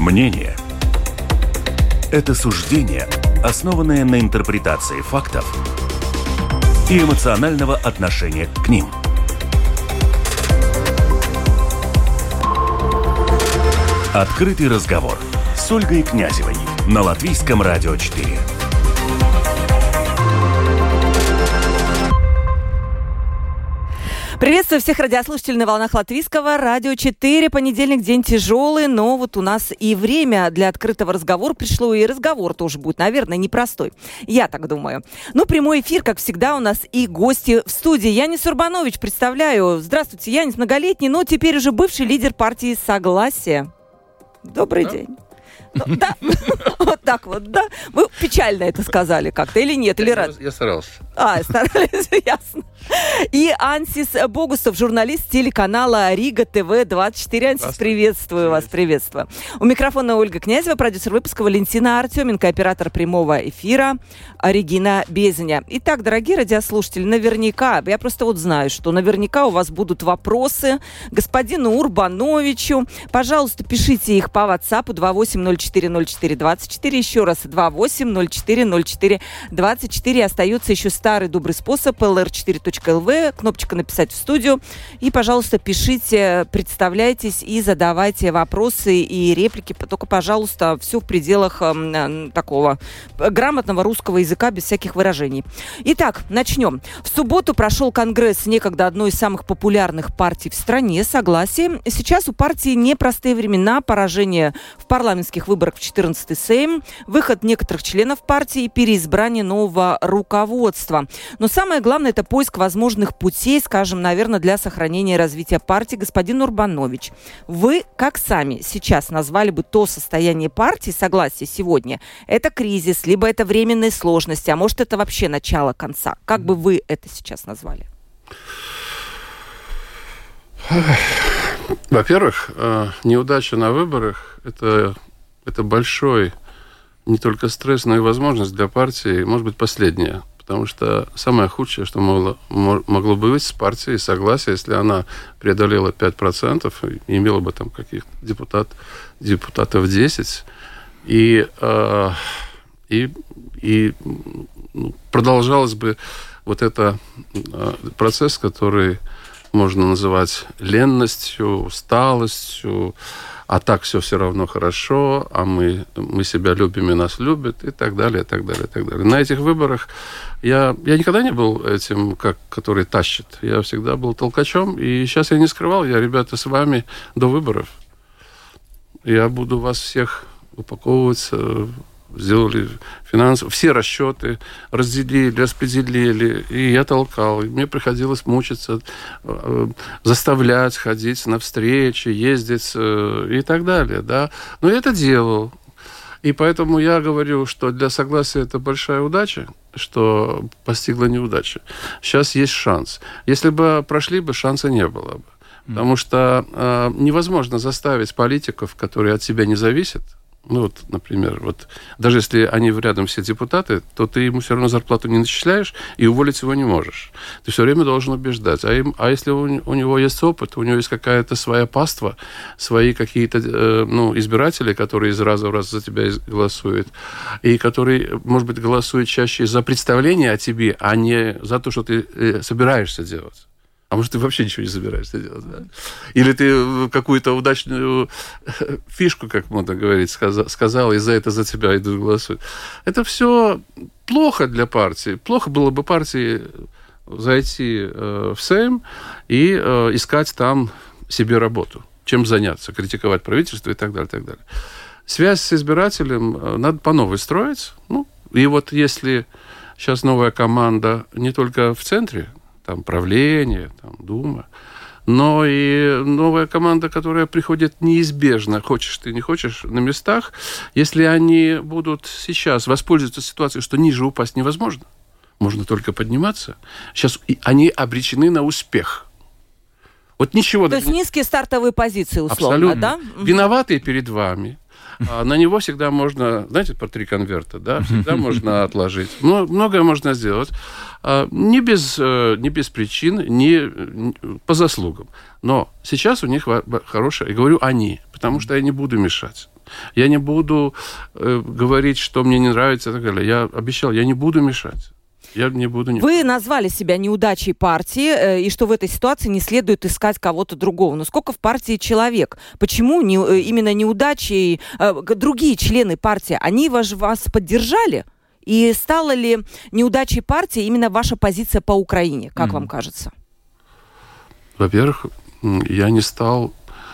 Мнение – это суждение, основанное на интерпретации фактов и эмоционального отношения к ним. Открытый разговор с Ольгой Князевой на Латвийском радио 4. Приветствую всех радиослушателей на волнах Латвийского радио 4. Понедельник, день тяжелый, но вот у нас и время для открытого разговора пришло, и разговор тоже будет, наверное, непростой. Я так думаю. Ну, прямой эфир, как всегда, у нас и гости в студии. Янис Урбанович, представляю. Здравствуйте, Янис, многолетний, но теперь уже бывший лидер партии «Согласие». Добрый день. Да, вот так вот, да. Вы печально это сказали как-то или нет? Или рад? Я старался. Старались, ясно. И Ансис Богусов, журналист телеканала Рига ТВ-24. Ансис, приветствую вас, приветствую. У микрофона Ольга Князева, продюсер выпуска Валентина Артеменко, оператор прямого эфира Регина Безеня. Итак, дорогие радиослушатели, наверняка, я просто вот знаю, что наверняка у вас будут вопросы господину Урбановичу. Пожалуйста, пишите их по WhatsApp 28040424. Еще раз, 28040424. Остается еще старый добрый способ lr4.lv, кнопочка «Написать в студию». И, пожалуйста, пишите, представляйтесь и задавайте вопросы и реплики. Только, пожалуйста, все в пределах такого грамотного русского языка, без всяких выражений. Итак, начнем. В субботу прошел конгресс некогда одной из самых популярных партий в стране «Согласие». Сейчас у партии непростые времена, поражение в парламентских выборах в 14-й Сейм, выход некоторых членов партии и переизбрание нового руководства. Но самое главное – это поиск возможных путей, скажем, наверное, для сохранения и развития партии. Господин Урбанович, вы как сами сейчас назвали бы то состояние партии «Согласие» сегодня? Это кризис, либо это временные сложности, а может, это вообще начало конца? Как бы вы это сейчас назвали? Во-первых, неудача на выборах – это большой не только стресс, но и возможность для партии, может быть, последняя. Потому что самое худшее, что могло бы быть с партией «Согласие», если она преодолела 5% и имела бы там каких-то депутатов 10, и продолжалось бы вот этот процесс, который можно называть ленностью, усталостью, а так все равно хорошо, а мы себя любим, и нас любят, и так далее, и так далее, и так далее. На этих выборах я никогда не был этим, который тащит. Я всегда был толкачом, и сейчас я не скрывал, я, ребята, с вами до выборов. Я буду вас всех упаковывать, сделали финансовые, все расчеты, разделили, распределили, и я толкал. И мне приходилось мучиться, заставлять ходить на встречи, ездить и так далее. Да? Но я это делал. И поэтому я говорю, что для «Согласия» это большая удача, что постигла неудача. Сейчас есть шанс. Если бы прошли бы, шанса не было бы. Потому что невозможно заставить политиков, которые от себя не зависят. Ну вот, например, даже если они рядом все депутаты, то ты ему все равно зарплату не начисляешь и уволить его не можешь. Ты все время должен убеждать. А если у него есть опыт, у него есть какая-то своя паства, свои какие-то избиратели, которые из раза в раз за тебя голосуют, и которые, может быть, голосуют чаще за представление о тебе, а не за то, что ты собираешься делать. А может, ты вообще ничего не собираешься делать, да? Или ты какую-то удачную фишку, как можно говорить, сказал, и за это за тебя идут голосуют. Это все плохо для партии. Плохо было бы партии зайти в Сейм и искать там себе работу. Чем заняться, критиковать правительство и так далее, и так далее. Связь с избирателем надо по новой строить. И вот если сейчас новая команда не только в центре, там правление, там Дума, но и новая команда, которая приходит неизбежно, хочешь ты, не хочешь, на местах, если они будут сейчас воспользоваться ситуацией, что ниже упасть невозможно, можно только подниматься, сейчас они обречены на успех. Вот ничего... То есть низкие стартовые позиции, условно, абсолютно. Да? Виноватые перед вами. На него всегда можно, знаете, по 3 конверта, да, всегда можно отложить. Многое можно сделать. Не без причин, не по заслугам. Но сейчас у них хорошее, и говорю они, потому что я не буду мешать. Я не буду говорить, что мне не нравится и так далее. Я обещал, я не буду мешать. Я не буду... Вы назвали себя неудачей партии, и что в этой ситуации не следует искать кого-то другого. Но сколько в партии человек? Почему именно неудачей другие члены партии? Они вас поддержали? И стала ли неудачей партии именно ваша позиция по Украине, как вам кажется? Во-первых, я не стал...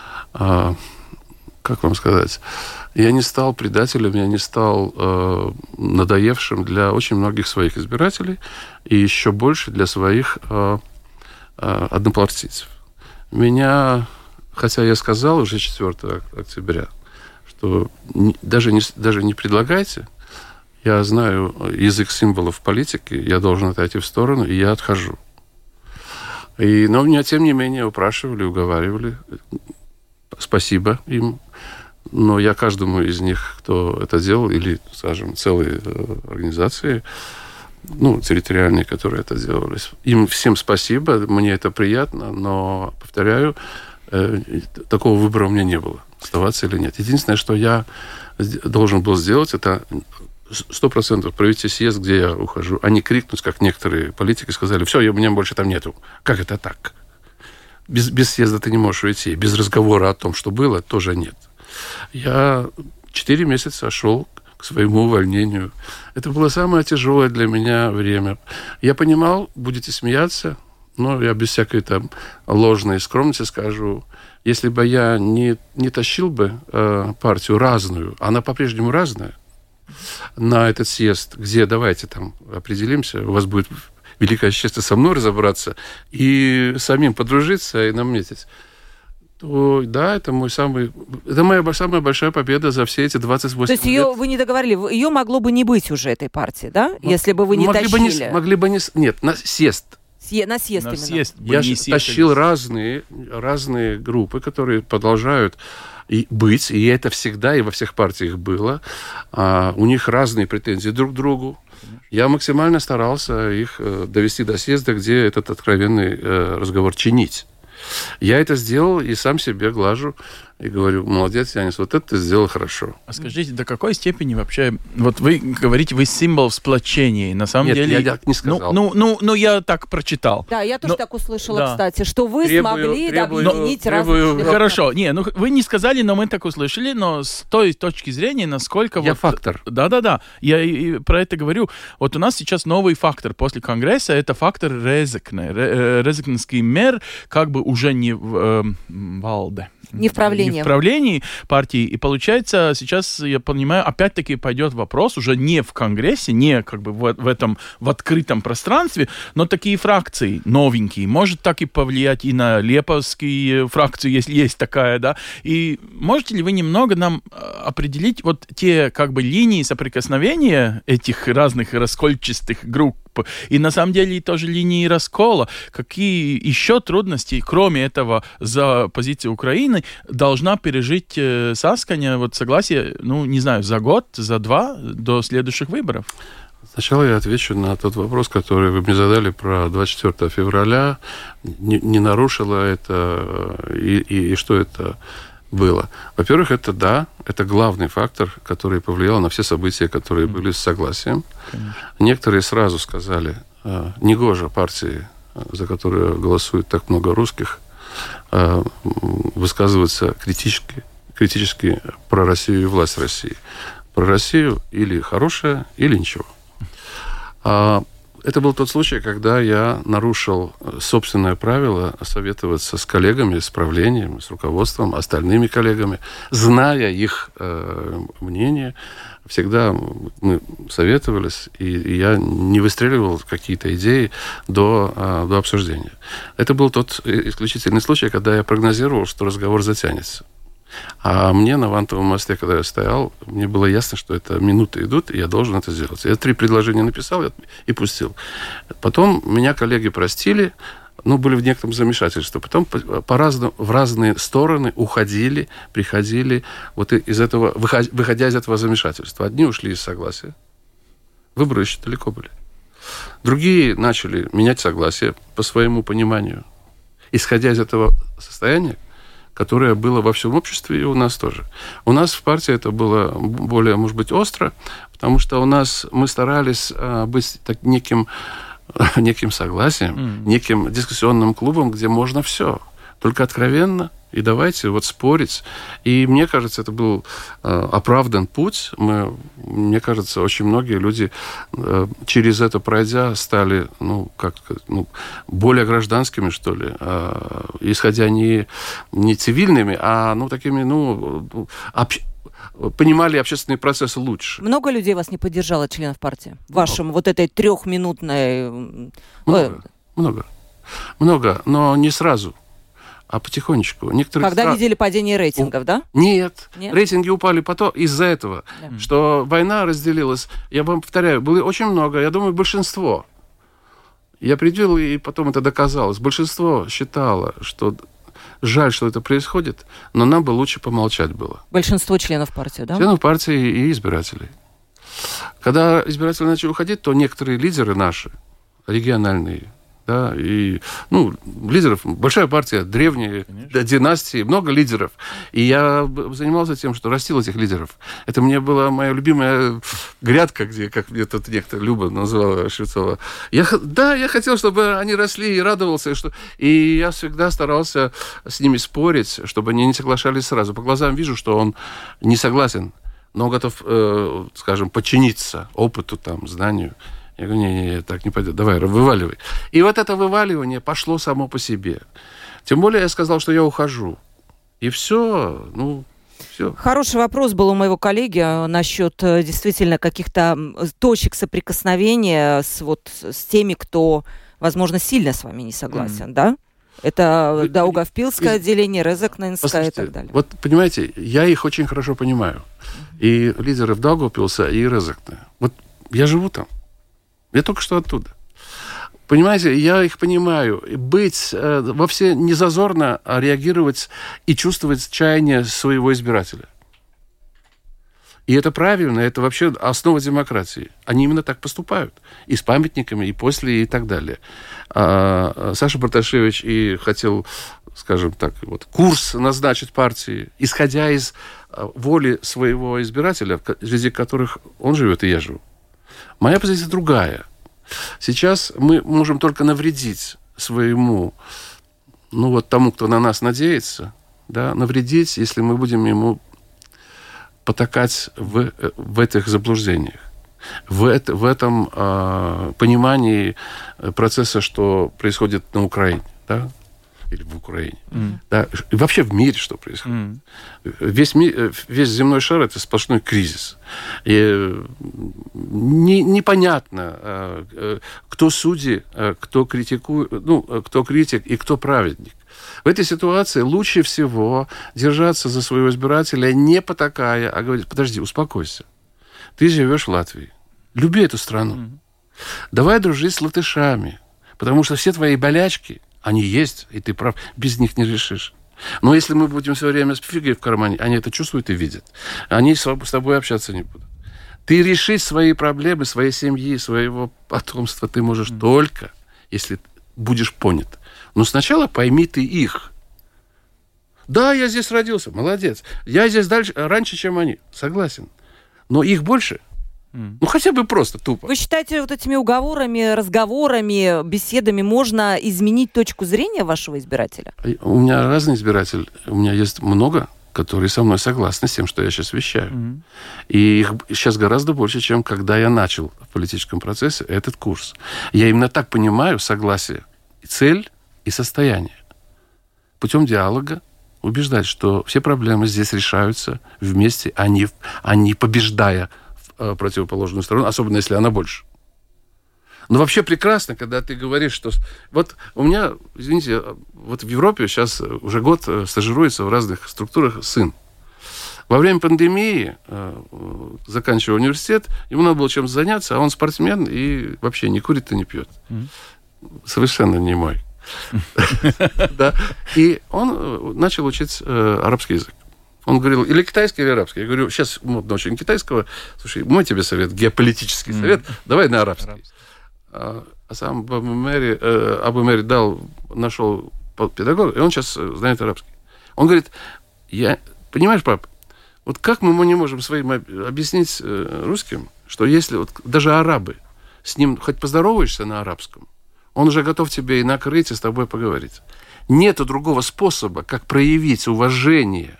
как вам сказать, я не стал предателем, я не стал надоевшим для очень многих своих избирателей и еще больше для своих однопартийцев. Меня, хотя я сказал уже 4 октября, что даже не предлагайте, я знаю язык символов политики, я должен отойти в сторону, и я отхожу. Но меня, тем не менее, упрашивали, уговаривали. Спасибо им. Но я каждому из них, кто это делал, или, скажем, целые организации, территориальные, которые это делали, им всем спасибо, мне это приятно, но, повторяю, такого выбора у меня не было, оставаться или нет. Единственное, что я должен был сделать, это 100% провести съезд, где я ухожу, а не крикнуть, как некоторые политики сказали, все, у меня больше там нету. Как это так? Без съезда ты не можешь уйти. Без разговора о том, что было, тоже нет. Я 4 месяца шел к своему увольнению. Это было самое тяжелое для меня время. Я понимал, будете смеяться, но я без всякой там ложной скромности скажу, если бы я не тащил бы партию разную, она по-прежнему разная, на этот съезд, где давайте там определимся, у вас будет великое счастье со мной разобраться и самим подружиться и наметить, то да, это моя самая большая победа за все эти 28 лет. То есть вы не договорили, ее могло бы не быть уже, этой партии, да? Если бы вы не тащили. Нет, на съезд. На съезд именно. Я тащил разные группы, которые продолжают быть, и это всегда и во всех партиях было. У них разные претензии друг к другу. Я максимально старался их довести до съезда, где этот откровенный разговор чинить. Я это сделал и сам себе глажу и говорю, молодец, Янис, вот это ты сделал хорошо. А скажите, до какой степени вообще... Вот вы говорите, вы символ сплочения. На самом деле... Нет, я так не сказал. Я так прочитал. Да, я тоже так услышала, кстати, что вы смогли объединить разные... Хорошо. Вы не сказали, но мы так услышали, но с той точки зрения, насколько... Я фактор. Да. Я и про это говорю. Вот у нас сейчас новый фактор после Конгресса, это фактор Резекне. Резекненский мэр как бы уже не в Валде. Не в правлении. Не в правлении партии. И получается, сейчас, я понимаю, опять-таки пойдет вопрос уже не в Конгрессе, не как бы в открытом пространстве, но такие фракции новенькие. Может так и повлиять и на леповские фракции, если есть такая, да. И можете ли вы немного нам определить вот те как бы линии соприкосновения этих разных раскольчатых групп и на самом деле тоже линии раскола? Какие еще трудности, кроме этого, за позицию Украины должна пережить Сасканя, вот согласие, не знаю, за год, за 2 до следующих выборов? Сначала я отвечу на тот вопрос, который вы мне задали про 24 февраля. Не нарушило это и что это было. Во-первых, это главный фактор, который повлиял на все события, которые были с согласием. Конечно. Некоторые сразу сказали, негоже партии, за которую голосует так много русских, высказываться критически про Россию и власть России. Про Россию или хорошее, или ничего. Это был тот случай, когда я нарушил собственное правило советоваться с коллегами, с правлением, с руководством, остальными коллегами, зная их мнение. Всегда мы советовались, и я не выстреливал какие-то идеи до обсуждения. Это был тот исключительный случай, когда я прогнозировал, что разговор затянется. А мне на Вантовом мосте, когда я стоял, мне было ясно, что это минуты идут, и я должен это сделать. Я 3 предложения написал и пустил. Потом меня коллеги простили, были в некотором замешательстве. Потом в разные стороны уходили, приходили, выходя из этого замешательства. Одни ушли из согласия. Выборы еще далеко были. Другие начали менять согласие по своему пониманию. Исходя из этого состояния, которое было во всем обществе и у нас тоже. У нас в партии это было более, может быть, остро, потому что мы старались быть неким согласием, неким дискуссионным клубом, где можно все, только откровенно. И давайте спорить. И мне кажется, это был оправдан путь. Мне кажется, очень многие люди, через это пройдя, стали, более гражданскими, что ли, исходя не цивильными, а, такими, понимали общественные процессы лучше. Много людей вас не поддержало, членов партии? В вашем этой трехминутной... Много, но не сразу. А потихонечку. Когда видели падение рейтингов, да? Нет. Рейтинги упали потом из-за этого, что война разделилась. Я вам повторяю, было очень много, я думаю, большинство. Я предвидел, и потом это доказалось. Большинство считало, что жаль, что это происходит, но нам бы лучше помолчать было. Большинство членов партии, да? Членов партии и избирателей. Когда избиратели начали уходить, то некоторые лидеры наши, региональные, да, и, лидеров, большая партия, древние династии, много лидеров. И я занимался тем, что растил этих лидеров. Это мне была моя любимая грядка, где, как мне тут некто Люба называла Швецова. Я хотел, чтобы они росли и радовался, и я всегда старался с ними спорить, чтобы они не соглашались сразу. По глазам вижу, что он не согласен, но готов, скажем, подчиниться опыту, знанию. Я говорю, не, так не пойдет, давай, вываливай. И это вываливание пошло само по себе. Тем более я сказал, что я ухожу. И все, все. Хороший вопрос был у моего коллеги насчет действительно каких-то точек соприкосновения с теми, кто, возможно, сильно с вами не согласен, да? Это Даугавпилское отделение, Резекненское и так далее. Понимаете, я их очень хорошо понимаю. И лидеров Даугавпилса, и Резекне. Я живу там. Я только что оттуда. Понимаете, я их понимаю. Быть вовсе не зазорно реагировать и чувствовать чаяние своего избирателя. И это правильно, это вообще основа демократии. Они именно так поступают. И с памятниками, и после, и так далее. Саша Барташевич и хотел, скажем так, курс назначить партии, исходя из воли своего избирателя, среди которых он живет и я живу. Моя позиция другая. Сейчас мы можем только навредить своему, тому, кто на нас надеется, да, навредить, если мы будем ему потакать в этих заблуждениях, в этом понимании процесса, что происходит на Украине, да, или в Украине, да, и вообще в мире, что происходит. Весь земной шар – это сплошной кризис. И непонятно, кто судьи, кто критикует, кто критик и кто праведник. В этой ситуации лучше всего держаться за своего избирателя, не потакая, а говорить: подожди, успокойся. Ты живешь в Латвии. Люби эту страну. Давай дружить с латышами, потому что все твои болячки, они есть, и ты прав, без них не решишь. Но если мы будем все время с фигой в кармане, они это чувствуют и видят. Они с тобой общаться не будут. Ты решить свои проблемы, своей семьи, своего потомства ты можешь только, если будешь понят. Но сначала пойми ты их. Да, я здесь родился, молодец. Я здесь раньше, чем они. Согласен. Но их больше. Хотя бы просто тупо. Вы считаете, этими уговорами, разговорами, беседами можно изменить точку зрения вашего избирателя? У меня разный избиратель. У меня есть много, которые со мной согласны с тем, что я сейчас вещаю. И их сейчас гораздо больше, чем когда я начал в политическом процессе этот курс. Я именно так понимаю согласие, цель и состояние. Путем диалога убеждать, что все проблемы здесь решаются вместе, а не побеждая противоположную сторону, особенно если она больше. Но вообще прекрасно, когда ты говоришь, что... У меня, извините, в Европе сейчас уже год стажируется в разных структурах сын. Во время пандемии, заканчивая университет, ему надо было чем заняться, а он спортсмен и вообще не курит и не пьет. Совершенно не мой. И он начал учить арабский язык. Он говорил, или китайский, или арабский. Я говорю, сейчас модно очень китайского. Слушай, мой тебе совет, геополитический совет, давай на арабский. А сам Абу Мери нашел педагога, и он сейчас знает арабский. Он говорит, понимаешь, пап, вот как мы не можем своим объяснить русским, что если вот даже арабы, с ним хоть поздороваешься на арабском, он уже готов тебе и накрыть, и с тобой поговорить. Нету другого способа, как проявить уважение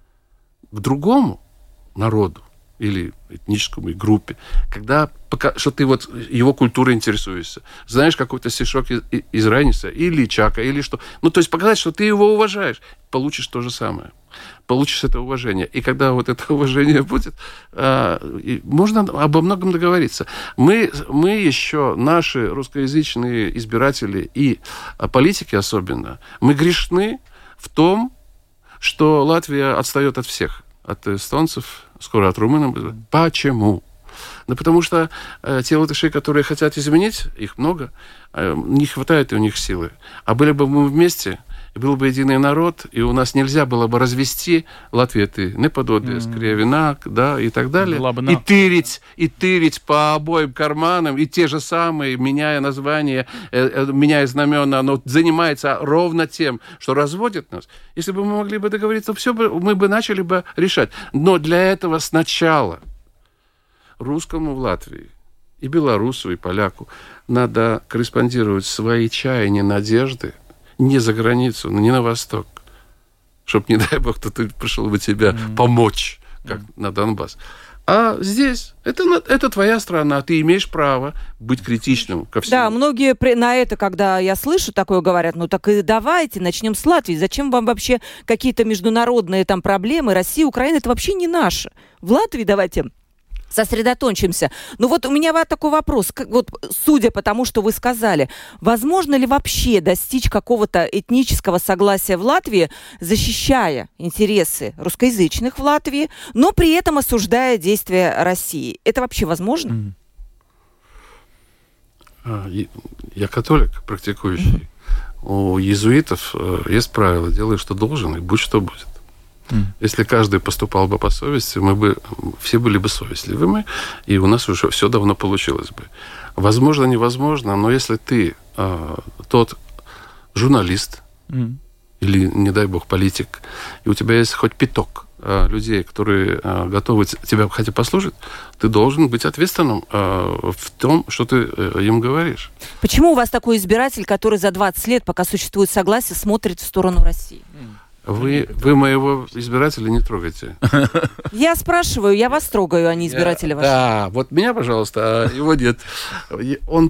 к другому народу или этническому группе, что ты вот его культурой интересуешься. Знаешь какой-то стишок из Райниса или Чака, или что. Ну, то есть показать, что ты его уважаешь. Получишь то же самое. Получишь это уважение. И когда вот это уважение будет, можно обо многом договориться. Мы еще, наши русскоязычные избиратели и политики особенно, мы грешны в том, что Латвия отстает от всех. От эстонцев, скоро от румынов. Почему? Да потому что те латыши, которые хотят изменить, их много, не хватает у них силы. А были бы мы вместе, и был бы единый народ, и у нас нельзя было бы развести Латвию, Неподобие, Кривина, да, и так далее. И тырить по обоим карманам, и те же самые, меняя названия, меняя знамена, но занимается ровно тем, что разводит нас. Если бы мы могли бы договориться, то все бы, мы бы начали бы решать. Но для этого сначала русскому в Латвии, и белорусу, и поляку надо корреспондировать свои чаяния, надежды не за границу, не на восток, чтобы, не дай бог, кто-то пришел бы тебя помочь, как на Донбасс. А здесь, это твоя страна, ты имеешь право быть критичным ко всему. Да, многие на это, когда я слышу такое, говорят, ну так и давайте, начнем с Латвии. Зачем вам вообще какие-то международные там проблемы? Россия, Украина, это вообще не наше. В Латвии давайте сосредоточимся. Ну вот у меня такой вопрос. Вот, судя по тому, что вы сказали, возможно ли вообще достичь какого-то этнического согласия в Латвии, защищая интересы русскоязычных в Латвии, но при этом осуждая действия России? Это вообще возможно? Я католик практикующий. У иезуитов есть правило: делай, что должен, и будь, что будет. Если каждый поступал бы по совести, мы бы все были бы совестливыми, и у нас уже все давно получилось бы. Возможно, невозможно, но если ты тот журналист или, не дай бог, политик, и у тебя есть хоть пяток людей, которые готовы тебя хотя послушать, ты должен быть ответственным в том, что ты им говоришь. Почему у вас такой избиратель, который за 20 лет, пока существует согласие, смотрит в сторону России? Вы моего избирателя не трогайте. Я спрашиваю, я вас трогаю, а не избирателя вашего. Да, вот меня, пожалуйста, а его нет. Он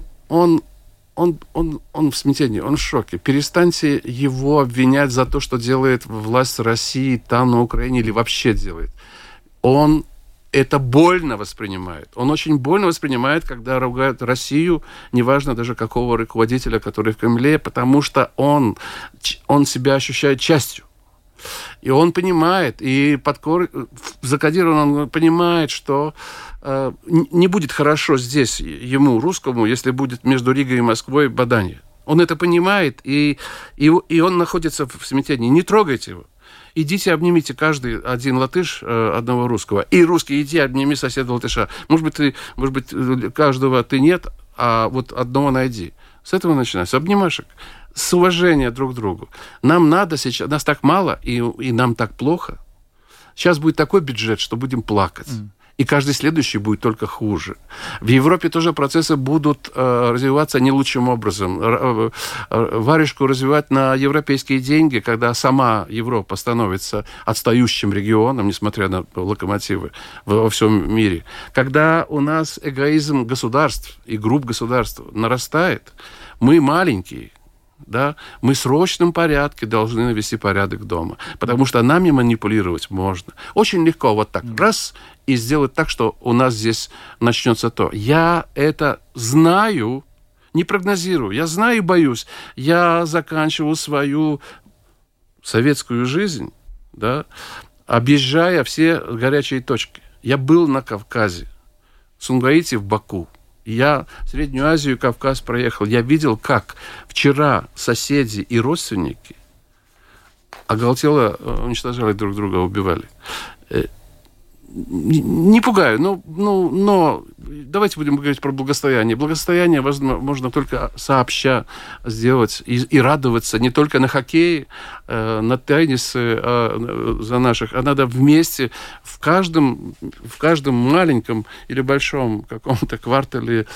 в смятении, он в шоке. Перестаньте его обвинять за то, что делает власть России там, на Украине, или вообще делает. Он это больно воспринимает. Он очень больно воспринимает, когда ругают Россию, неважно даже какого руководителя, который в Кремле, потому что он себя ощущает частью. И он понимает, и закодирован он понимает, что не будет хорошо здесь ему, русскому, если будет между Ригой и Москвой бадание. Он это понимает, и он находится в смятении. Не трогайте его. Идите, обнимите каждый один латыш одного русского. И русский, иди, обними соседа латыша. Может быть, каждого ты нет, а вот одного найди. С этого начинается. Обнимашек. С уважения друг к другу. Нам надо сейчас... Нас так мало, и нам так плохо. Сейчас будет такой бюджет, что будем плакать. И каждый следующий будет только хуже. В Европе тоже процессы будут развиваться не лучшим образом. Варежку развивать на европейские деньги, когда сама Европа становится отстающим регионом, несмотря на локомотивы во всем мире. Когда у нас эгоизм государств и групп государств нарастает, мы маленькие, да, мы в срочном порядке должны навести порядок дома, потому что нами манипулировать можно. Очень легко вот так раз и сделать так, что у нас здесь начнется то. Я это знаю, не прогнозирую, я знаю и боюсь. Я заканчивал свою советскую жизнь, да, объезжая все горячие точки. Я был на Кавказе, в Сумгаите, в Баку. Я Среднюю Азию, Кавказ проехал. Я видел, как вчера соседи и не пугаю, но давайте будем говорить про благосостояние. Благосостояние можно только сообща сделать и радоваться не только на хоккее, на теннисе за наших, а надо вместе в каждом маленьком или большом каком-то квартале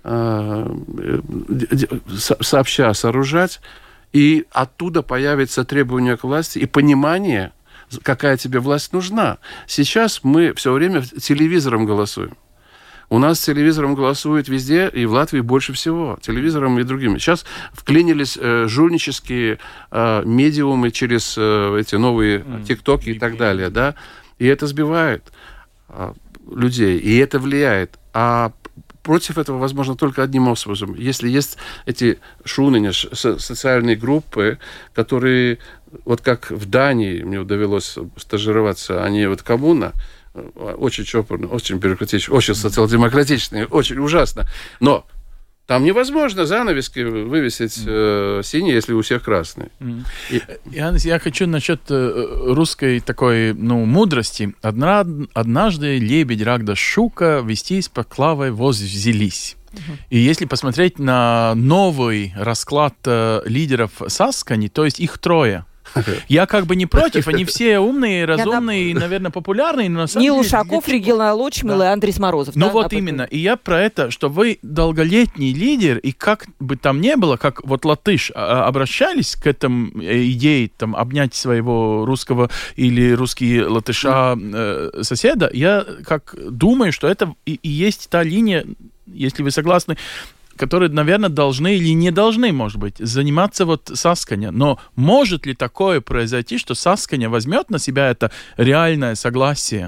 сообща сооружать, и оттуда появится требование к власти и понимание, какая тебе власть нужна. Сейчас мы все время телевизором голосуем. У нас телевизором голосуют везде, и в Латвии больше всего. Телевизором и другими. Сейчас вклинились жульнические медиумы через эти новые ТикТоки и так далее. Да? И это сбивает людей, и это влияет. А против этого возможно только одним образом. Если есть эти шуны, социальные группы, которые, вот как в Дании, мне довелось стажироваться, они вот коммуна, очень чопорно, очень бюрократично, очень социал-демократичные, очень ужасно. Но там невозможно занавески вывесить синие, если у всех красные. Янис, я хочу насчет русской такой, мудрости. Однажды лебедь, рак да щука вестись по клавой взялись. И если посмотреть на новый расклад лидеров Саскани, то есть их трое. Я как бы не против, они все умные, разумные, наверное, популярные, но на самом деле... Нил Ушаков, Регина Лочмил и Андрей Морозов. Ну вот именно. И я про это, что вы долголетний лидер, и как бы там ни было, как вот латыш обращались к этому идее там, обнять своего русского или русский латыша соседа, я как думаю, что это и есть та линия, если вы согласны, которые, наверное, должны или не должны, может быть, заниматься вот Сасканя. Но может ли такое произойти, что Сасканя возьмет на себя это реальное согласие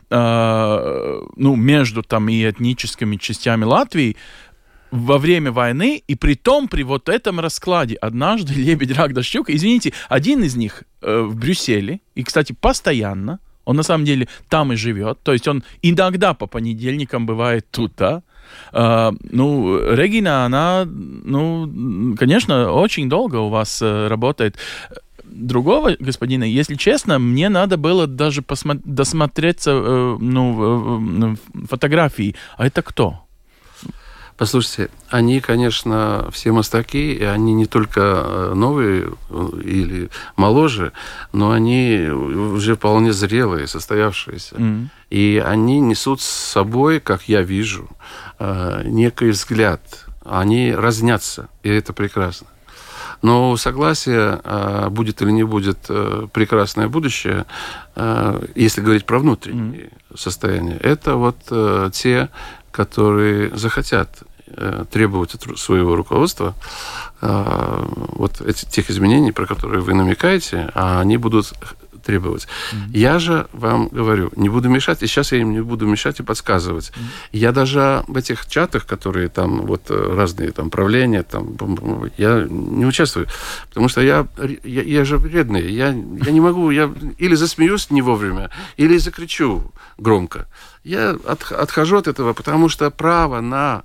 между там и этническими частями Латвии во время войны, и притом при вот этом раскладе однажды лебедь, рак да щука, извините, один из них в Брюсселе, и, кстати, постоянно, он на самом деле там и живет, то есть он иногда по понедельникам бывает тут, да. Регина, она, конечно, очень долго у вас работает. Другого господина, если честно, мне надо было даже досмотреться фотографии. А это кто? Послушайте, они, конечно, все мастаки, и они не только новые или моложе, но они уже вполне зрелые, состоявшиеся. И они несут с собой, как я вижу, некий взгляд. Они разнятся, и это прекрасно. Но согласие, будет или не будет прекрасное будущее, если говорить про внутреннее состояние, это вот те, которые захотят требовать от своего руководства вот тех изменений, про которые вы намекаете, а они будут требовать. Я же вам говорю, не буду мешать, и сейчас я им не буду мешать и подсказывать. Я даже в этих чатах, которые там вот разные там правления, там, я не участвую, потому что я же вредный, я не могу, я или засмеюсь не вовремя, или закричу громко. Я отхожу от этого, потому что право на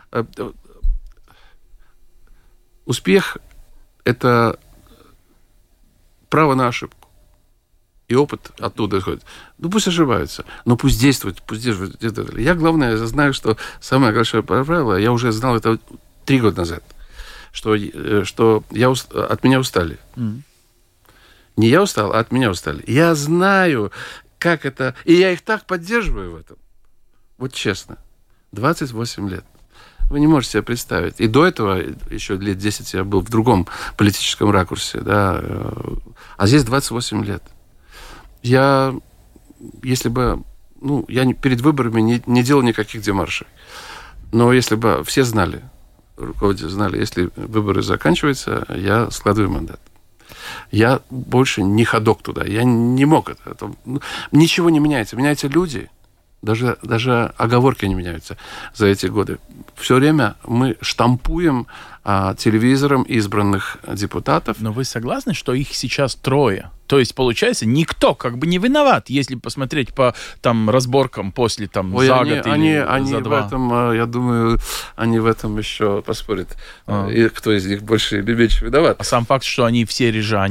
успех – это право на ошибку. И опыт оттуда исходит. Пусть ошибаются, но пусть действуют, Я, главное, знаю, что самое большое правило, я уже знал это 3 года назад, что от меня устали. Не я устал, а от меня устали. Я знаю, как это... И я их так поддерживаю в этом. Вот честно. 28 лет. Вы не можете себе представить. И до этого, еще лет 10, я был в другом политическом ракурсе. Да, а здесь 28 лет. Я, если бы... я перед выборами не делал никаких демаршей. Но если бы все знали, руководители знали, если выборы заканчиваются, я складываю мандат. Я больше не ходок туда. Я не мог это. Ничего не меняется. Меняются люди. Даже оговорки не меняются за эти годы. Все время мы штампуем телевизором избранных депутатов. Но вы согласны, что их сейчас 3? То есть, получается, никто как бы не виноват, если посмотреть по там разборкам после за год или за 2. В этом, я думаю, они в этом еще поспорят. И кто из них больше или меньше виноват. А сам факт, что они все рижане,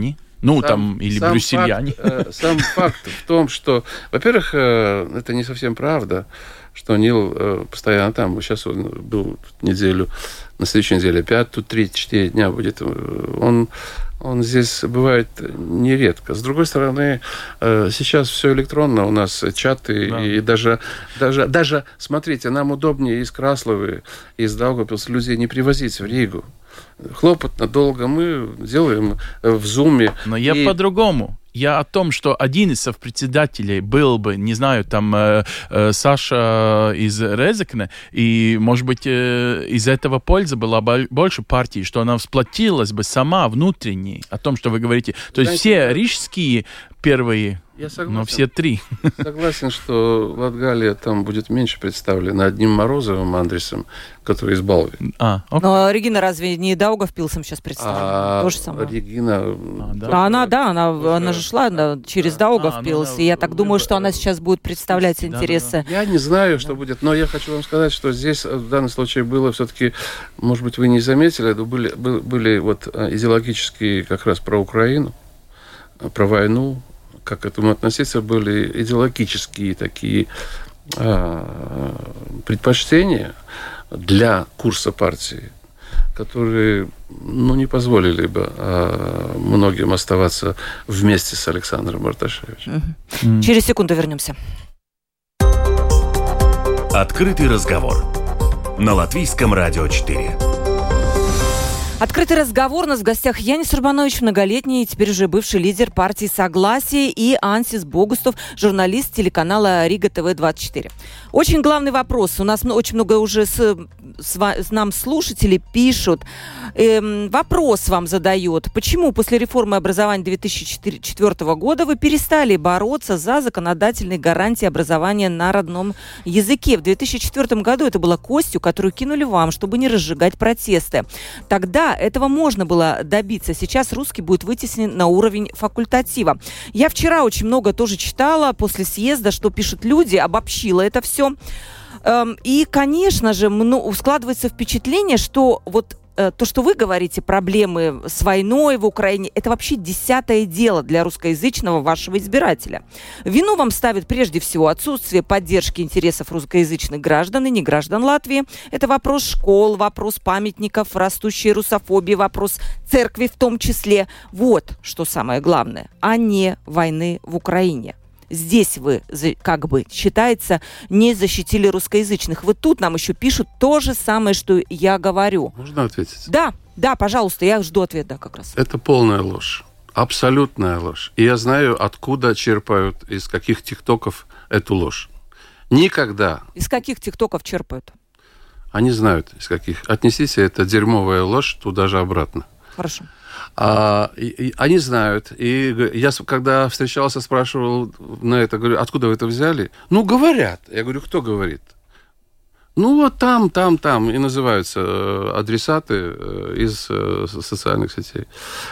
Ну, там, или брюссельяне. Сам факт в том, что, во-первых, это не совсем правда, что Нил постоянно там. Сейчас он был неделю, на следующей неделе опять, тут 3-4 дня будет. Он здесь бывает нередко. С другой стороны, сейчас все электронно, у нас чаты, да. И даже, смотрите, нам удобнее из Красловы, из Даугавпилса людей не привозить в Ригу. Хлопотно, долго мы делаем в Зуме. Но я по-другому. Я о том, что один из совпредседателей был бы, не знаю, там Саша из Резекне, и, может быть, из этого польза была больше партии, что она сплотилась бы сама внутренне, о том, что вы говорите. То есть все рижские первые, но все три. Согласен, что Латгалия там будет меньше представлена одним Морозовым Андресом, который из Балви. Но Регина разве не Даугавпилсом сейчас представлена? То же самое. Регина... Она же шла через Даугавпилс, и я так думаю, что она сейчас будет представлять интересы. Я не знаю, что будет, но я хочу вам сказать, что здесь в данном случае было все-таки, может быть, вы не заметили, были вот идеологические как раз про Украину, про войну, как к этому относиться, были идеологические такие предпочтения для курса партии, которые не позволили бы многим оставаться вместе с Александром Барташевичем. Через секунду вернемся. Открытый разговор на Латвийском радио 4. Открытый разговор. У нас в гостях Янис Урбанович, многолетний, теперь уже бывший лидер партии «Согласие», и Ансис Богустов, журналист телеканала Рига ТВ-24. Очень главный вопрос. У нас очень много уже нам слушателей пишут. Вопрос вам задает. Почему после реформы образования 2004 года вы перестали бороться за законодательные гарантии образования на родном языке? В 2004 году это была костью, которую кинули вам, чтобы не разжигать протесты. Тогда этого можно было добиться. Сейчас русский будет вытеснен на уровень факультатива. Я вчера очень много тоже читала после съезда, что пишут люди, обобщила это все. И, конечно же, складывается впечатление, что вот то, что вы говорите, проблемы с войной в Украине, это вообще 10-е дело для русскоязычного вашего избирателя. Вину вам ставит прежде всего отсутствие поддержки интересов русскоязычных граждан и неграждан Латвии. Это вопрос школ, вопрос памятников, растущей русофобии, вопрос церкви в том числе. Вот что самое главное, а не войны в Украине. Здесь вы, как бы, считается, не защитили русскоязычных. Вот тут нам еще пишут то же самое, что я говорю. Можно ответить? Да, пожалуйста, я жду ответа как раз. Это полная ложь. Абсолютная ложь. И я знаю, откуда черпают, из каких тиктоков эту ложь. Никогда. Из каких тиктоков черпают? Они знают, из каких. Отнесите это дерьмовая ложь туда же обратно. Хорошо. Они знают. И я, когда встречался, спрашивал на это, говорю, откуда вы это взяли? Говорят. Я говорю, кто говорит? Вот там. И называются адресаты из социальных сетей.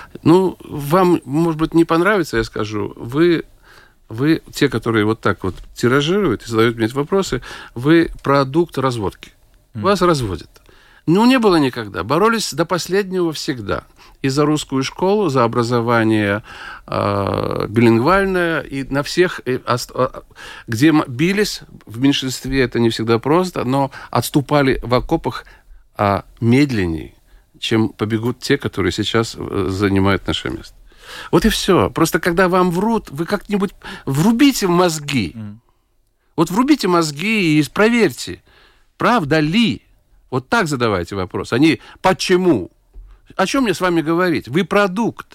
Вам, может быть, не понравится, я скажу. Вы, те, которые вот так вот тиражируют и задают мне эти вопросы, вы продукт разводки. Вас разводят. Не было никогда. Боролись до последнего всегда. И за русскую школу, за образование билингвальное, и на всех, где бились, в меньшинстве это не всегда просто, но отступали в окопах медленнее, чем побегут те, которые сейчас занимают наше место. Вот и все. Просто когда вам врут, вы как-нибудь врубите в мозги. Вот врубите мозги и проверьте, правда ли. Вот так задавайте вопрос. Они почему? О чем мне с вами говорить? Вы продукт,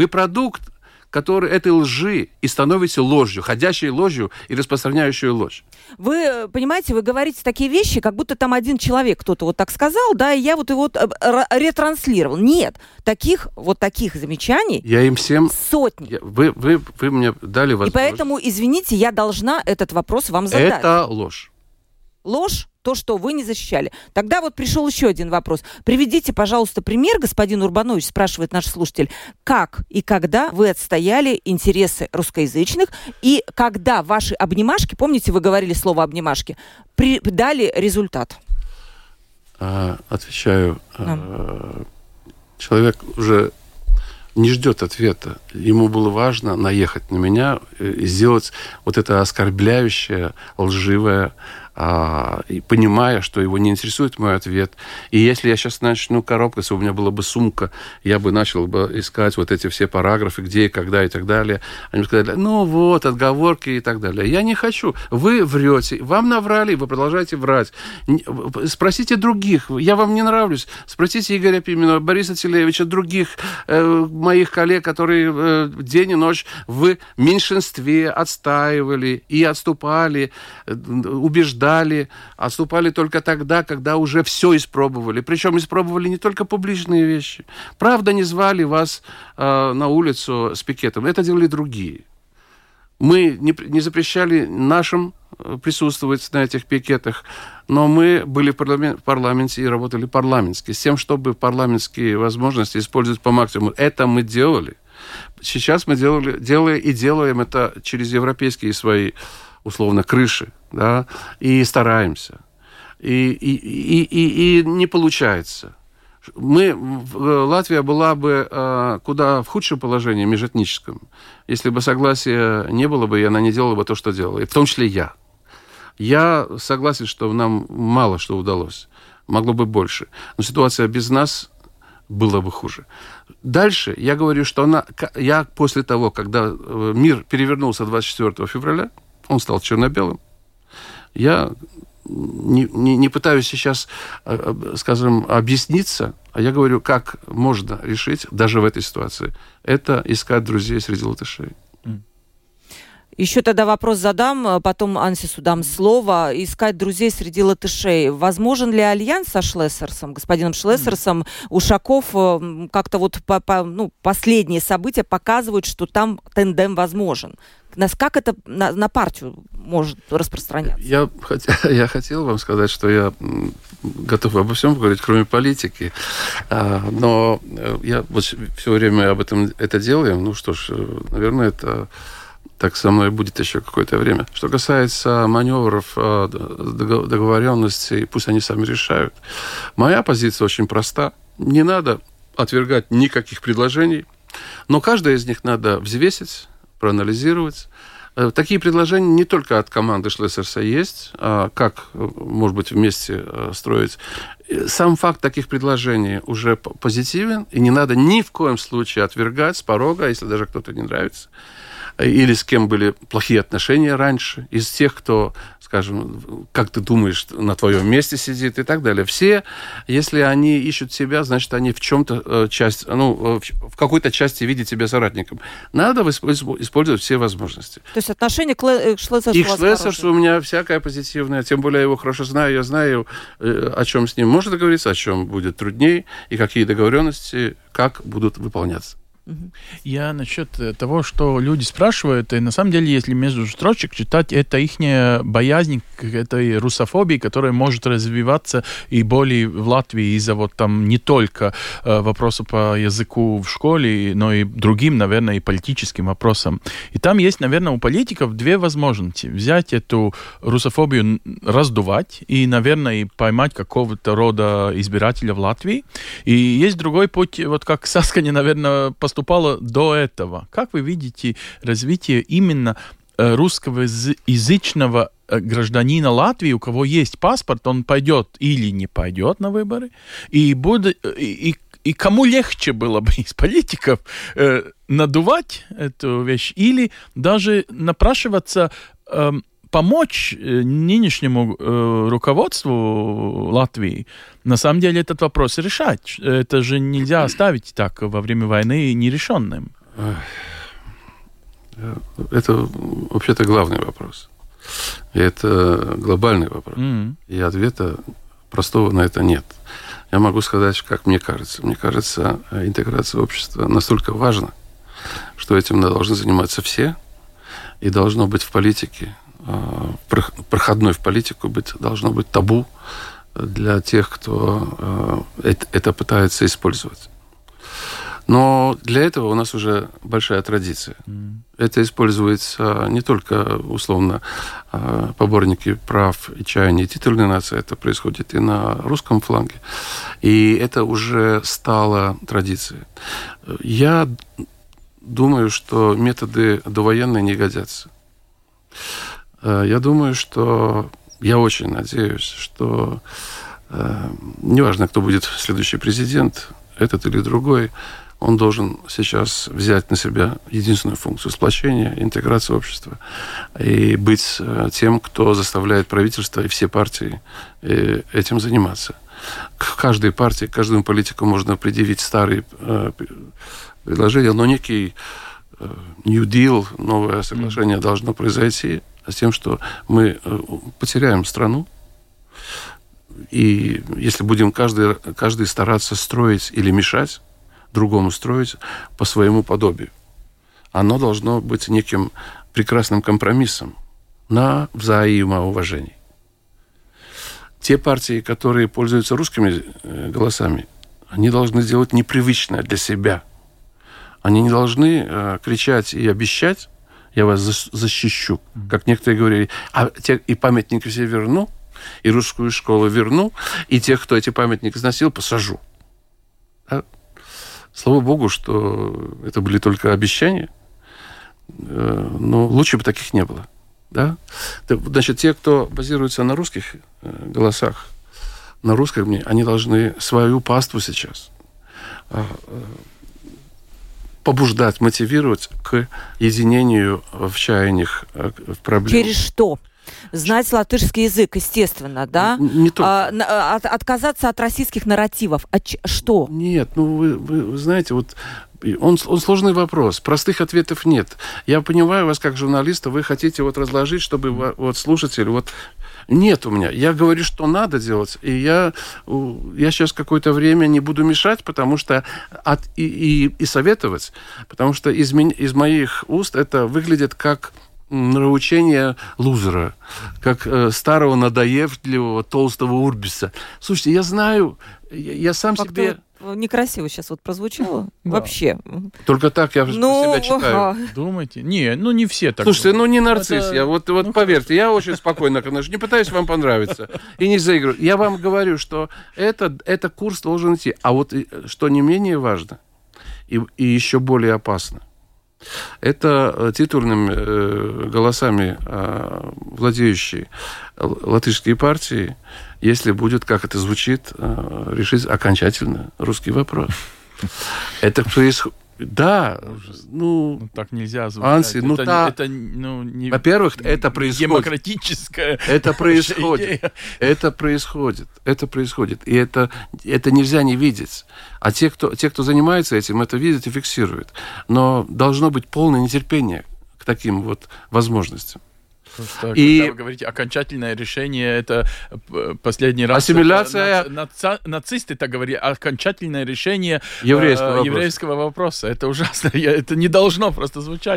который этой лжи и становится ложью, ходящей ложью и распространяющей ложь. Вы понимаете, вы говорите такие вещи, как будто там один человек, кто-то вот так сказал, да, и я вот его ретранслировал. Нет, таких замечаний я им всем сотни. Вы мне дали возможность. И поэтому, извините, я должна этот вопрос вам задать. Это ложь. Ложь? То, что вы не защищали. Тогда вот пришел еще один вопрос. Приведите, пожалуйста, пример, господин Урбанович, спрашивает наш слушатель, как и когда вы отстояли интересы русскоязычных, и когда ваши обнимашки, помните, вы говорили слово «обнимашки», дали результат? Отвечаю. Человек уже не ждет ответа. Ему было важно наехать на меня и сделать вот это оскорбляющее, лживое, и понимая, что его не интересует мой ответ. И если я сейчас начну карабкаться, у меня была бы сумка, я бы начал бы искать вот эти все параграфы, где и когда и так далее. Они бы сказали, ну вот, отговорки и так далее. Я не хочу. Вы врете, вам наврали, вы продолжаете врать. Спросите других, я вам не нравлюсь. Спросите Игоря Пименова, Бориса Целевича, других моих коллег, которые день и ночь в меньшинстве отстаивали и отступали, убеждали, отступали только тогда, когда уже все испробовали. Причем испробовали не только публичные вещи. Правда, не звали вас на улицу с пикетом. Это делали другие. Мы не запрещали нашим присутствовать на этих пикетах, но мы были в парламенте и работали парламентски, с тем, чтобы парламентские возможности использовать по максимуму. Это мы делали. Сейчас мы делаем это через европейские свои, условно, крыши, да, и стараемся. И не получается. Латвия была бы куда в худшем положении межэтническом, если бы согласия не было бы, и она не делала бы то, что делала. И в том числе я. Я согласен, что нам мало что удалось. Могло бы больше. Но ситуация без нас была бы хуже. Дальше я говорю, что я после того, когда мир перевернулся 24 февраля, он стал черно-белым, я не пытаюсь сейчас, скажем, объясниться, а я говорю, как можно решить даже в этой ситуации. Это искать друзей среди латышей. Еще тогда вопрос задам, потом Ансису дам слово. Искать друзей среди латышей. Возможен ли альянс со Шлессерсом, господином Шлессерсом? Ушаков как-то вот последние события показывают, что там тандем возможен. Как это на партию может распространяться? Я хотел вам сказать, что я готов обо всем говорить, кроме политики. Но я вот все время об этом это делаю. Ну что ж, наверное, это так со мной будет еще какое-то время. Что касается маневров, договоренностей, пусть они сами решают. Моя позиция очень проста. Не надо отвергать никаких предложений, но каждое из них надо взвесить, проанализировать. Такие предложения не только от команды Шлессерса есть, как, может быть, вместе строить. Сам факт таких предложений уже позитивен, и не надо ни в коем случае отвергать с порога, если даже кто-то не нравится, или с кем были плохие отношения раньше, из тех, кто, скажем, как ты думаешь, на твоем месте сидит и так далее. Все, если они ищут себя, значит, они в чем-то в какой-то части видят себя соратником. Надо использовать все возможности. То есть отношение к Шлессерсу и к Шлессерсу у меня всякое позитивное, тем более я его хорошо знаю, я знаю, о чем с ним можно договориться, о чем будет труднее, и какие договоренности, как будут выполняться. Я насчет того, что люди спрашивают, и на самом деле, если между строчек читать, это их боязнь к этой русофобии, которая может развиваться и более в Латвии из-за вот там не только вопроса по языку в школе, но и другим, наверное, и политическим вопросам. И там есть, наверное, у политиков две возможности. Взять эту русофобию, раздувать и, наверное, и поймать какого-то рода избирателя в Латвии. И есть другой путь, вот как Саскани, наверное, поступала до этого. Как вы видите развитие именно русскоязычного гражданина Латвии, у кого есть паспорт, он пойдет или не пойдет на выборы, и кому легче было бы из политиков надувать эту вещь или даже напрашиваться помочь нынешнему руководству Латвии, на самом деле, этот вопрос решать. Это же нельзя оставить так во время войны нерешенным. Это вообще-то главный вопрос. И это глобальный вопрос. И ответа простого на это нет. Я могу сказать, как мне кажется. Мне кажется, интеграция общества настолько важна, что этим должны заниматься все. И должно быть в политике, проходной в политику должно быть табу для тех, кто это пытается использовать. Но для этого у нас уже большая традиция. Это используется не только, условно, поборники прав и чаяний титульной нации, это происходит и на русском фланге. И это уже стало традицией. Я думаю, что методы довоенные не годятся. Я думаю, что... Я очень надеюсь, что неважно, кто будет следующий президент, этот или другой, он должен сейчас взять на себя единственную функцию сплочения, интеграции общества и быть тем, кто заставляет правительство и все партии этим заниматься. К каждой партии, к каждому политику можно предъявить старые предложения, но некий New Deal, новое соглашение должно произойти с тем, что мы потеряем страну. И если будем каждый стараться строить или мешать другому строить по своему подобию, оно должно быть неким прекрасным компромиссом на взаимоуважении. Те партии, которые пользуются русскими голосами, они должны сделать непривычное для себя. Они не должны кричать и обещать: я вас защищу, как некоторые говорили, и памятники все верну, и русскую школу верну, и тех, кто эти памятники сносил, посажу. Да? Слава Богу, что это были только обещания, но лучше бы таких не было. Да? Значит, те, кто базируется на русских голосах, на русском мнении, они должны свою паству сейчас побуждать, мотивировать к единению в чаяниях, в проблемах. Через что? Знать латышский язык, естественно, да? Не только. Отказаться от российских нарративов. Что? Нет, вы знаете, вот он сложный вопрос. Простых ответов нет. Я понимаю вас как журналиста, вы хотите вот разложить, чтобы вот слушатель... Вот... Нет у меня. Я говорю, что надо делать, и я сейчас какое-то время не буду мешать, потому что и советовать, потому что из моих уст это выглядит как нравоучение лузера, как старого надоедливого толстого урбиса. Слушайте, я знаю, я сам как себе... Некрасиво сейчас вот прозвучало. Да. Вообще. Только так я себя читаю. Думаете? Не все так. Слушайте, не нарцисс я. Вот поверьте, я очень спокойно отношусь. Не пытаюсь вам понравиться. И не заигрываю. Я вам говорю, что это курс должен идти. А вот что не менее важно и еще более опасно, это титульными голосами владеющие латышские партии, если будет, как это звучит, решить окончательно русский вопрос. Это происходит... Да, так нельзя звучать. Анси, во-первых, это происходит. Демократическое. Это происходит. Это происходит. И это нельзя не видеть. А те, кто занимается этим, это видят и фиксируют. Но должно быть полное нетерпение к таким вот возможностям. Просто, когда вы говорите окончательное решение, это последний раз... Ассимиляция... Нацисты так говорили, окончательное решение еврейского вопроса. Это ужасно. Это не должно просто звучать.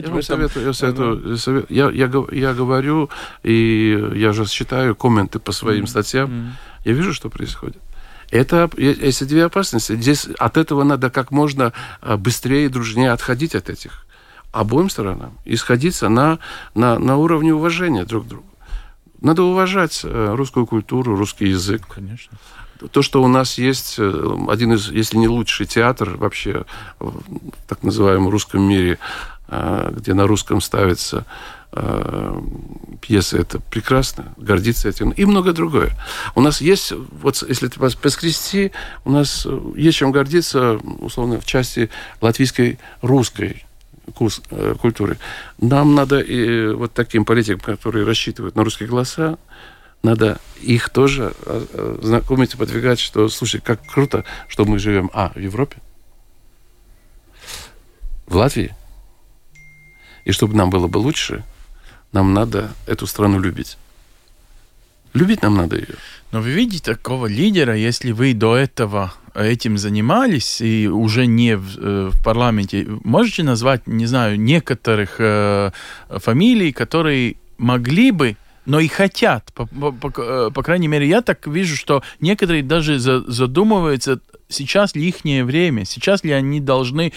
Я говорю, и я же читаю комменты по своим статьям. Я вижу, что происходит. Есть две опасности. Здесь от этого надо как можно быстрее и дружнее отходить от этих. Обоим сторонам, и сходиться на уровне уважения друг к другу. Надо уважать русскую культуру, русский язык. Конечно. То, что у нас есть один из, если не лучший театр вообще в так называемом русском мире, где на русском ставятся пьесы, это прекрасно, гордиться этим, и многое другое. У нас есть, вот если ты поскрести, у нас есть чем гордиться, условно, в части латвийской русской культуры. Нам надо и вот таким политикам, которые рассчитывают на русские голоса, надо их тоже знакомить и подвигать, что, слушай, как круто, что мы живем, в Европе, в Латвии, и чтобы нам было бы лучше, нам надо эту страну любить. Любить нам надо ее. Но вы видите такого лидера, если вы до этого этим занимались и уже не в парламенте, можете назвать, не знаю, некоторых фамилий, которые могли бы, но и хотят, по крайней мере, я так вижу, что некоторые даже задумываются сейчас ли ихнее время, сейчас ли они должны,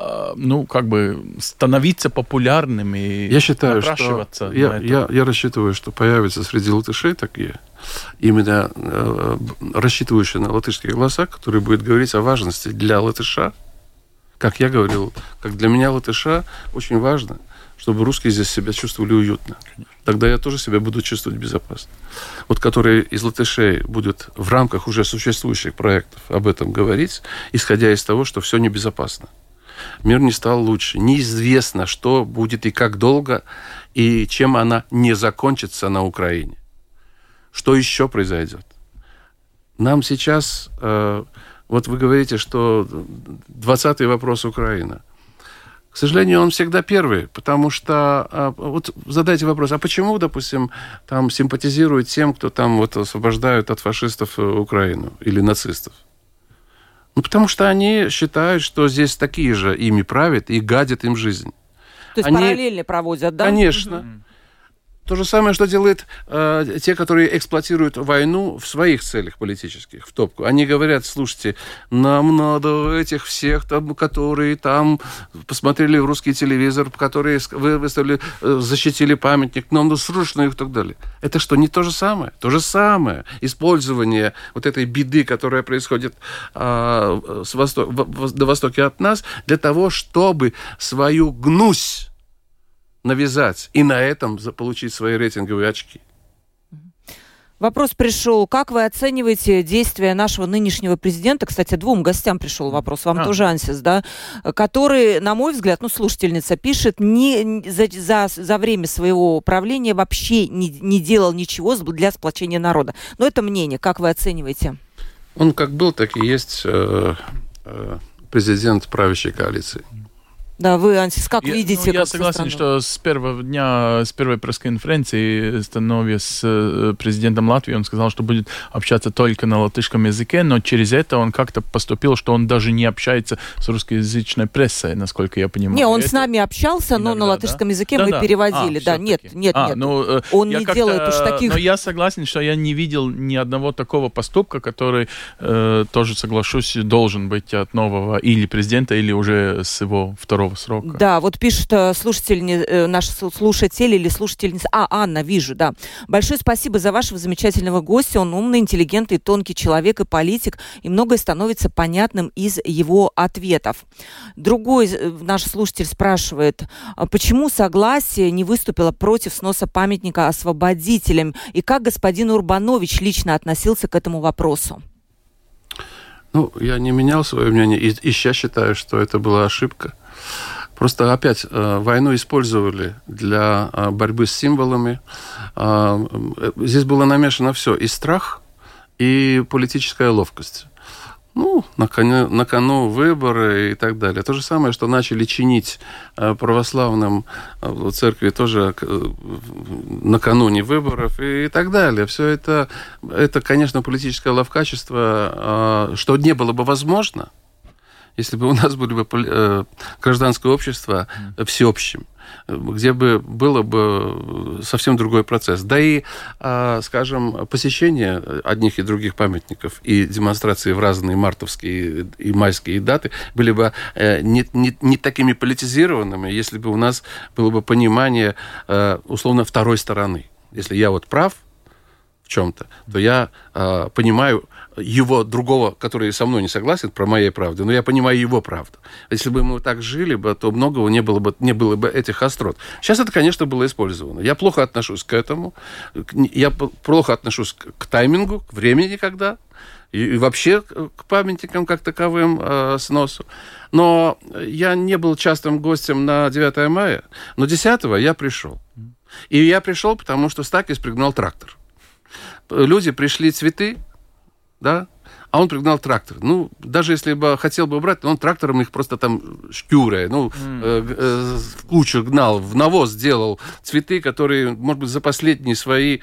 становиться популярными, я считаю, напрашиваться? Я рассчитываю, что появятся среди латышей такие, именно рассчитывающие на латышские голоса, которые будут говорить о важности для латыша. Как я говорил, как для меня латыша очень важно, чтобы русские здесь себя чувствовали уютно. Тогда я тоже себя буду чувствовать безопасно. Вот которые из латышей будут в рамках уже существующих проектов об этом говорить, исходя из того, что все небезопасно. Мир не стал лучше. Неизвестно, что будет и как долго, и чем она не закончится на Украине. Что еще произойдет? Нам сейчас... Вот вы говорите, что 20-й вопрос Украина. К сожалению, он всегда первый, потому что... Вот задайте вопрос, а почему, допустим, там симпатизируют тем, кто там вот освобождают от фашистов Украину или нацистов? Ну, потому что они считают, что здесь такие же ими правят и гадят им жизнь. То есть параллельно проводят, да? Конечно. То же самое, что делают те, которые эксплуатируют войну в своих целях политических, в топку. Они говорят, слушайте, нам надо этих всех, там, которые там посмотрели в русский телевизор, которые выставили, защитили памятник, нам надо срочно их и так далее. Это что, не то же самое? То же самое. Использование вот этой беды, которая происходит на востоке от нас, для того, чтобы свою гнусь навязать и на этом получить свои рейтинговые очки. Вопрос пришел. Как вы оцениваете действия нашего нынешнего президента? Кстати, 2 гостям пришел вопрос, вам тоже, Ансис, да? Который, на мой взгляд, слушательница пишет, за время своего правления вообще не делал ничего для сплочения народа. Но это мнение. Как вы оцениваете? Он как был, так и есть президент правящей коалиции. Да, вы, Ансис, как видите? Я согласен, что с первого дня, с первой пресс-конференции, становясь с президентом Латвии, он сказал, что будет общаться только на латышском языке, но через это он как-то поступил, что он даже не общается с русскоязычной прессой, насколько я понимаю. Не, он с нами общался, но на латышском языке мы переводили. Да, нет. Он не делает уж таких... Но я согласен, что я не видел ни одного такого поступка, который, тоже соглашусь, должен быть от нового или президента, или уже с его второго срока. Да, вот пишет наш слушатель или слушательница. Анна, вижу, да. Большое спасибо за вашего замечательного гостя. Он умный, интеллигентный, тонкий человек и политик, и многое становится понятным из его ответов. Другой наш слушатель спрашивает, почему Согласие не выступило против сноса памятника освободителям, и как господин Урбанович лично относился к этому вопросу? Я не менял свое мнение, и сейчас считаю, что это была ошибка. Просто опять войну использовали для борьбы с символами. Здесь было намешано все. И страх, и политическая ловкость. На кону выборы и так далее. То же самое, что начали чинить православным церкви тоже накануне выборов и так далее. Все это, конечно, политическое ловкачество, что не было бы возможно, если бы у нас были бы гражданское общество всеобщим, где бы было бы совсем другой процесс. Да и, скажем, посещение одних и других памятников и демонстрации в разные мартовские и майские даты были бы не такими политизированными, если бы у нас было бы понимание, условно, второй стороны. Если я прав в чем-то, то я понимаю его другого, который со мной не согласен, про моей правды, но я понимаю его правду. Если бы мы так жили бы, то многого не было бы этих острот. Сейчас это, конечно, было использовано. Я плохо отношусь к этому. Я плохо отношусь к таймингу, к времени, когда, и вообще к памятникам как таковым, сносу. Но я не был частым гостем на 9 мая, но 10-го я пришел. И я пришел, потому что Стакис пригнал трактор. Люди пришли цветы, да, а он пригнал трактор. Даже если бы хотел бы убрать, он трактором их просто там шкюрая, в кучу гнал, в навоз делал цветы, которые, может быть, за последние свои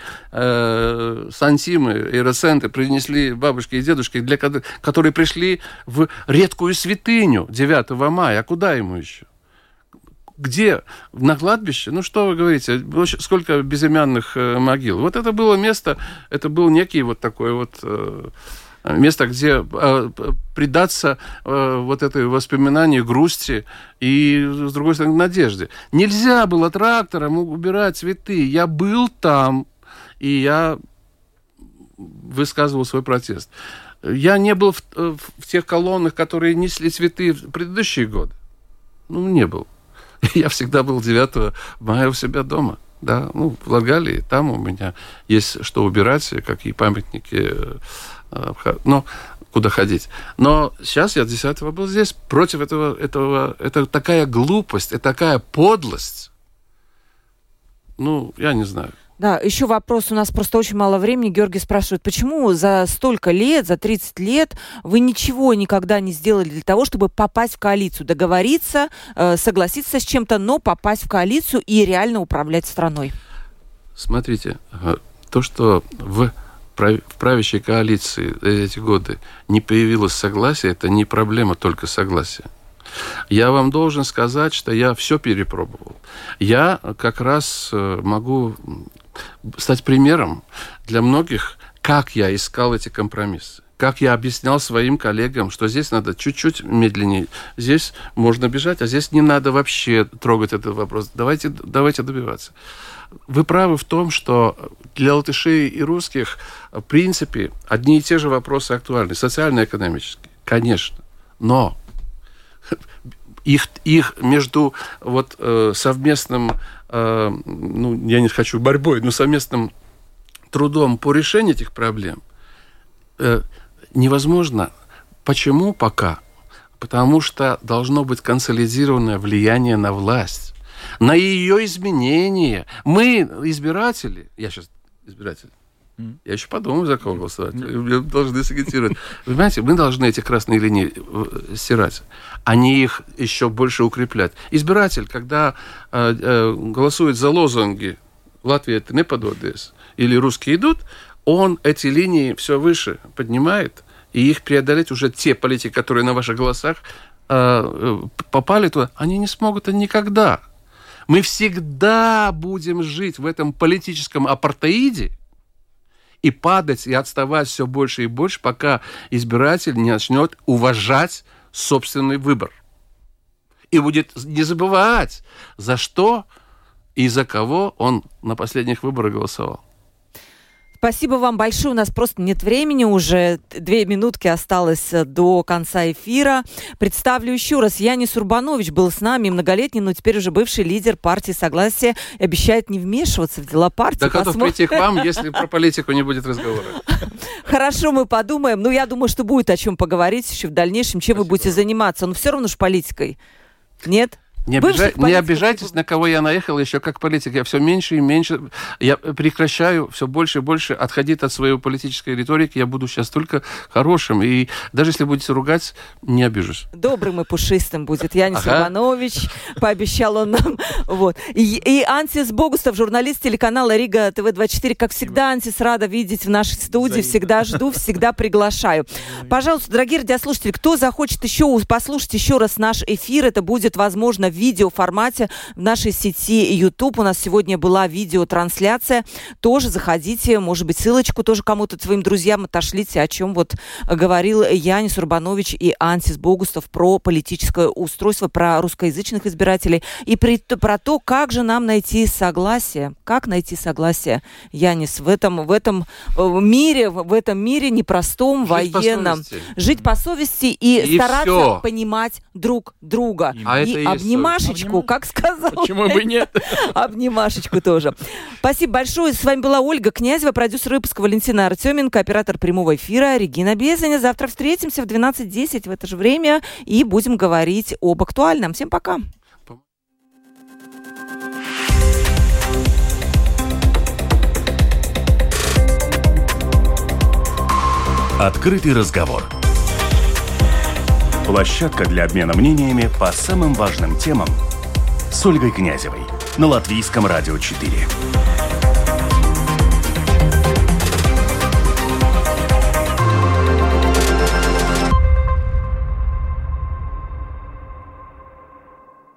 сантимы и реценты принесли бабушки и дедушки, которые пришли в редкую святыню 9 мая. А куда ему еще? Где? На кладбище? Что вы говорите? Сколько безымянных могил. Вот это было место, это был некий такой место, где предаться вот этой воспоминанию, грусти и, с другой стороны, надежде. Нельзя было трактором убирать цветы. Я был там, и я высказывал свой протест. Я не был в тех колоннах, которые несли цветы в предыдущие годы. Не был. Я всегда был 9 мая у себя дома. Да, в Латгалии, там у меня есть что убирать, какие памятники, куда ходить. Но сейчас я 10-го был здесь. Против этого это такая глупость, это такая подлость. Я не знаю. Да, еще вопрос, у нас просто очень мало времени. Георгий спрашивает, почему за столько лет, за 30 лет вы ничего никогда не сделали для того, чтобы попасть в коалицию, договориться, согласиться с чем-то, но попасть в коалицию и реально управлять страной? Смотрите, то, что в правящей коалиции эти годы не появилось согласия, это не проблема только согласия. Я вам должен сказать, что я все перепробовал. Я как раз могу стать примером для многих, как я искал эти компромиссы. Как я объяснял своим коллегам, что здесь надо чуть-чуть медленнее, здесь можно бежать, а здесь не надо вообще трогать этот вопрос. Давайте добиваться. Вы правы в том, что для латышей и русских, в принципе, одни и те же вопросы актуальны. Социально-экономические, конечно. Но их между совместным, я не хочу борьбой, но совместным трудом по решению этих проблем невозможно. Почему пока? Потому что должно быть консолидированное влияние на власть, на ее изменение. Мы, избиратели, я сейчас избиратель, я еще подумаю, за кого голосовать. Мы должны сагитировать. Понимаете, мы должны эти красные линии стирать, а не их еще больше укреплять. Избиратель, когда голосует за лозунги «Латвия это не пододес» или «Русские идут», он эти линии все выше поднимает, и их преодолеть уже те политики, которые на ваших голосах попали туда, они не смогут никогда. Мы всегда будем жить в этом политическом апартеиде, и падать, и отставать все больше и больше, пока избиратель не начнет уважать собственный выбор. И будет не забывать, за что и за кого он на последних выборах голосовал. Спасибо вам большое. У нас просто нет времени уже. 2 минутки осталось до конца эфира. Представлю еще раз. Янис Урбанович был с нами, многолетний, но теперь уже бывший лидер партии «Согласие». Обещает не вмешиваться в дела партии. Да готов прийти к вам, если про политику не будет разговора. Хорошо, мы подумаем. Я думаю, что будет о чем поговорить еще в дальнейшем, чем вы будете заниматься. Но все равно же политикой. Нет? Не обижайтесь, на кого я наехал еще как политик. Я все меньше и меньше, я прекращаю все больше и больше отходить от своей политической риторики. Я буду сейчас только хорошим. И даже если будете ругать, не обижусь. Добрым и пушистым будет Янис Урбанович. Пообещал он нам. И Ансис Богустов, журналист телеканала Рига ТВ24. Как всегда, Ансис, рада видеть в нашей студии. Всегда жду, всегда приглашаю. Пожалуйста, дорогие радиослушатели, кто захочет еще послушать еще раз наш эфир, это будет, возможно, в видеоформате в нашей сети YouTube. У нас сегодня была видеотрансляция. Тоже заходите, может быть, ссылочку тоже кому-то, своим друзьям отошлите, о чем говорил Янис Урбанович и Ансис Богустов про политическое устройство, про русскоязычных избирателей и про то, как же нам найти согласие. Как найти согласие, Янис, в этом мире непростом, военном. Жить по совести и стараться понимать друг друга. И обнимашечку, как сказал. Почему бы нет? Обнимашечку тоже. Спасибо большое. С вами была Ольга Князева, продюсер выпуска Валентина Артеменко, оператор прямого эфира Регина Безаня. Завтра встретимся в 12:10 в это же время и будем говорить об актуальном. Всем пока. Открытый разговор. Площадка для обмена мнениями по самым важным темам с Ольгой Князевой на Латвийском радио 4.